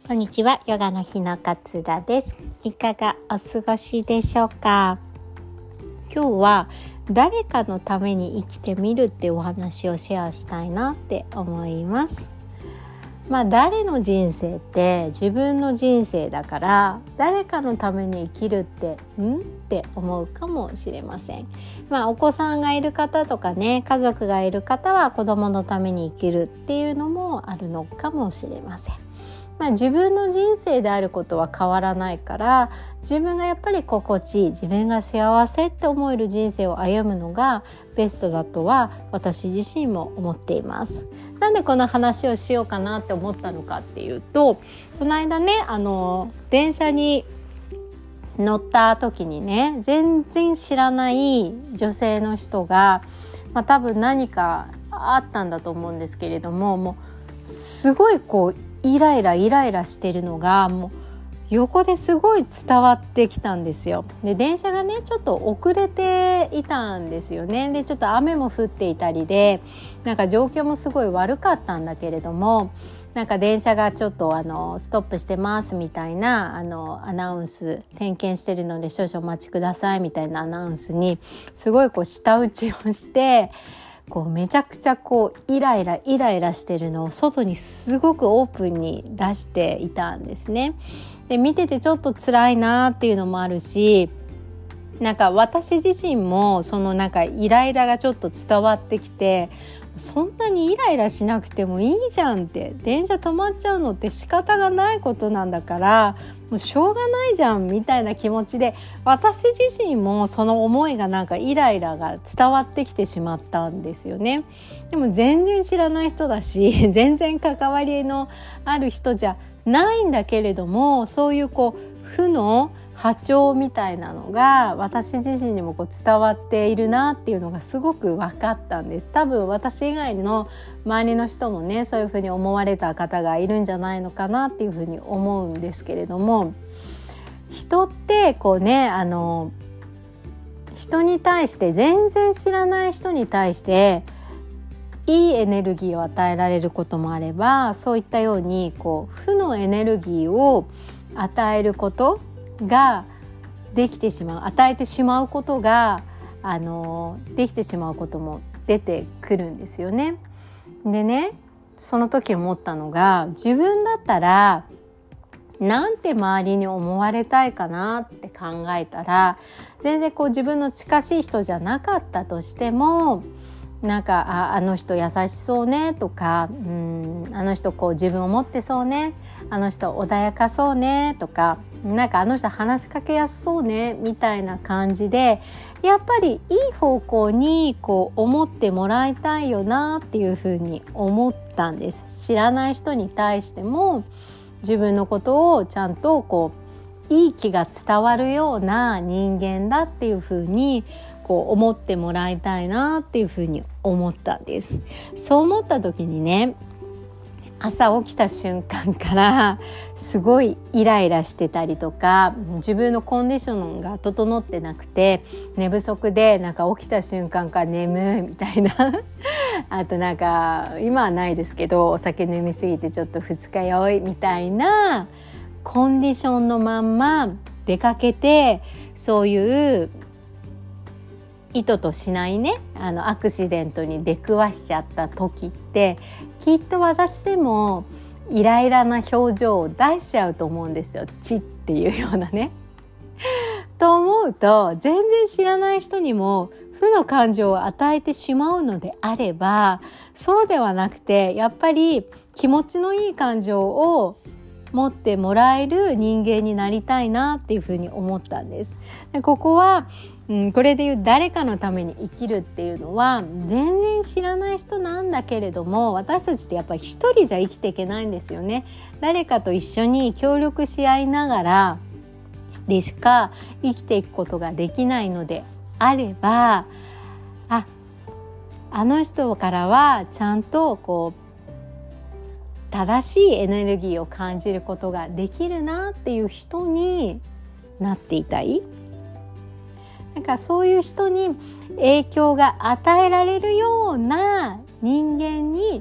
こんにちは、ヨガの日の勝田です。いかがお過ごしでしょうか。今日は誰かのために生きてみるってお話をシェアしたいなって思います。誰の人生って自分の人生だから、誰かのために生きるってって思うかもしれません。お子さんがいる方とかね、家族がいる方は子供のために生きるっていうのもあるのかもしれません。自分の人生であることは変わらないから、自分がやっぱり心地いい、自分が幸せって思える人生を歩むのがベストだとは私自身も思っています。なんでこの話をしようかなって思ったのかっていうと、この間ね、電車に乗った時にね、全然知らない女性の人が、多分何かあったんだと思うんですけれども、もうすごいイライラしてるのがもう横ですごい伝わってきたんですよ。で、電車がねちょっと遅れていたんですよね。で、ちょっと雨も降っていたりで、状況もすごい悪かったんだけれども、電車がちょっとストップしてますみたいなアナウンス、点検してるので少々お待ちくださいみたいなアナウンスにすごい舌打ちをして、めちゃくちゃイライラしてるのを外にすごくオープンに出していたんですね。で、見ててちょっと辛いなっていうのもあるし、私自身もそのイライラがちょっと伝わってきて、そんなにイライラしなくてもいいじゃんって、電車止まっちゃうのって仕方がないことなんだから、もうしょうがないじゃんみたいな気持ちで、私自身もその思いがイライラが伝わってきてしまったんですよね。でも全然知らない人だし、全然関わりのある人じゃないんだけれども、そういう負の波長みたいなのが私自身にも伝わっているなっていうのがすごく分かったんです。多分私以外の周りの人もね、そういうふうに思われた方がいるんじゃないのかなっていうふうに思うんですけれども、人って人に対して、全然知らない人に対していいエネルギーを与えられることもあれば、そういったように負のエネルギーを与えることができてしまう、与えてしまうことができてしまうことも出てくるんですよね。でね、その時思ったのが、自分だったらなんて周りに思われたいかなって考えたら、全然自分の近しい人じゃなかったとしても、あの人優しそうねとか、あの人自分を持ってそうね、あの人穏やかそうねとか、あの人話しかけやすそうねみたいな感じで、やっぱりいい方向に思ってもらいたいよなっていうふうに思ったんです。知らない人に対しても自分のことをちゃんといい気が伝わるような人間だっていうふうに思ってもらいたいなっていうふうに思ったんです。そう思った時にね、朝起きた瞬間からすごいイライラしてたりとか、自分のコンディションが整ってなくて寝不足で起きた瞬間から眠いみたいなあと今はないですけど、お酒飲みすぎてちょっと二日酔いみたいなコンディションのまんま出かけて、そういう意図としないね、アクシデントに出くわしちゃった時って、きっと私でもイライラな表情を出しちゃうと思うんですよ。チッっていうようなねと思うと、全然知らない人にも負の感情を与えてしまうのであれば、そうではなくて、やっぱり気持ちのいい感情を持ってもらえる人間になりたいなっていうふうに思ったんです。で、ここはこれでいう誰かのために生きるっていうのは、全然知らない人なんだけれども、私たちってやっぱり一人じゃ生きていけないんですよね。誰かと一緒に協力し合いながらでしか生きていくことができないのであれば、あの人からはちゃんと正しいエネルギーを感じることができるなっていう人になっていたい。そういう人に影響が与えられるような人間にな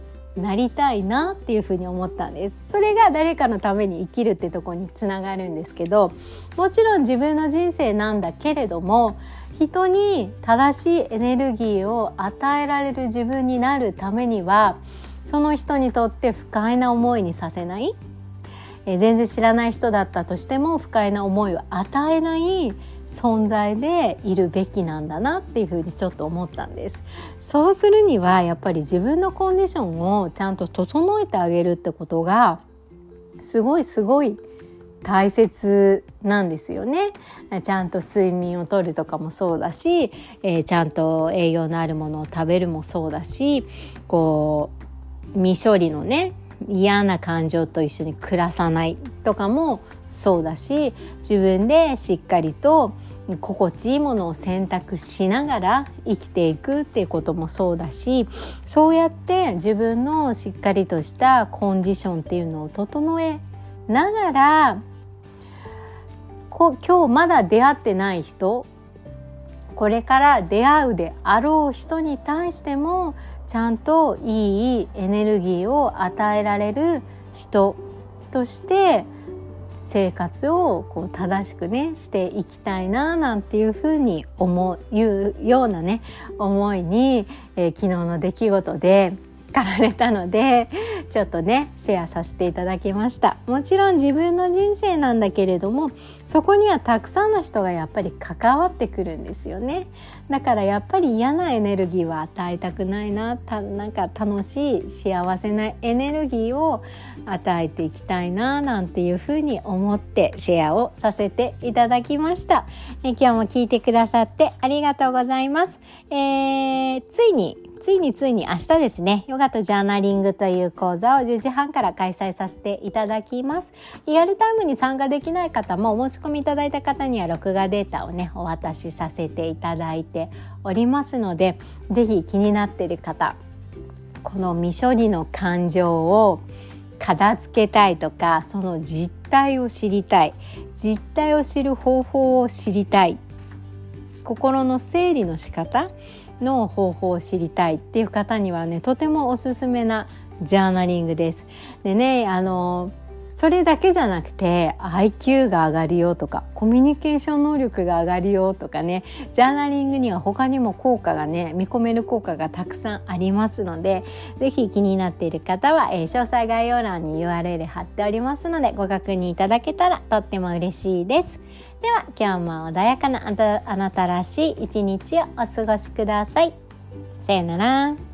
なりたいなっていうふうに思ったんです。それが誰かのために生きるってとこにつながるんですけど、もちろん自分の人生なんだけれども、人に正しいエネルギーを与えられる自分になるためには、その人にとって不快な思いにさせない、全然知らない人だったとしても不快な思いを与えない存在でいるべきなんだなっていうふうにちょっと思ったんです。そうするにはやっぱり自分のコンディションをちゃんと整えてあげるってことがすごい大切なんですよね。ちゃんと睡眠をとるとかもそうだし、ちゃんと栄養のあるものを食べるもそうだし、未処理のね嫌な感情と一緒に暮らさないとかもそうだし、自分でしっかりと心地いいものを選択しながら生きていくっていうこともそうだし、そうやって自分のしっかりとしたコンディションっていうのを整えながら、今日まだ出会ってない人、これから出会うであろう人に対してもちゃんといいエネルギーを与えられる人として生活を正しくねしていきたいななんていうふうにいうようなね思いに、昨日の出来事で駆られたので、ちょっとねシェアさせていただきました。もちろん自分の人生なんだけれども、そこにはたくさんの人がやっぱり関わってくるんですよね。だからやっぱり嫌なエネルギーは与えたくないな、なんか楽しい幸せなエネルギーを与えていきたいななんていうふうに思ってシェアをさせていただきました。今日も聞いてくださってありがとうございます。ついに明日ですね、ヨガとジャーナリングという講座を10時半から開催させていただきます。リアルタイムに参加できない方もお申し込みいただいた方には録画データをねお渡しさせていただいておりますので、ぜひ気になっている方、この未処理の感情を片付けたいとか、その実態を知りたい、実態を知る方法を知りたい、心の整理の仕方の方法を知りたいっていう方にはね、とてもおすすめなジャーナリングです。でね、それだけじゃなくて IQ が上がるよとか、コミュニケーション能力が上がるよとかね、ジャーナリングには他にも効果がね、見込める効果がたくさんありますので、ぜひ気になっている方は、詳細概要欄に URL 貼っておりますのでご確認いただけたらとっても嬉しいです。では今日も穏やかなあなたらしい一日をお過ごしください。さよなら。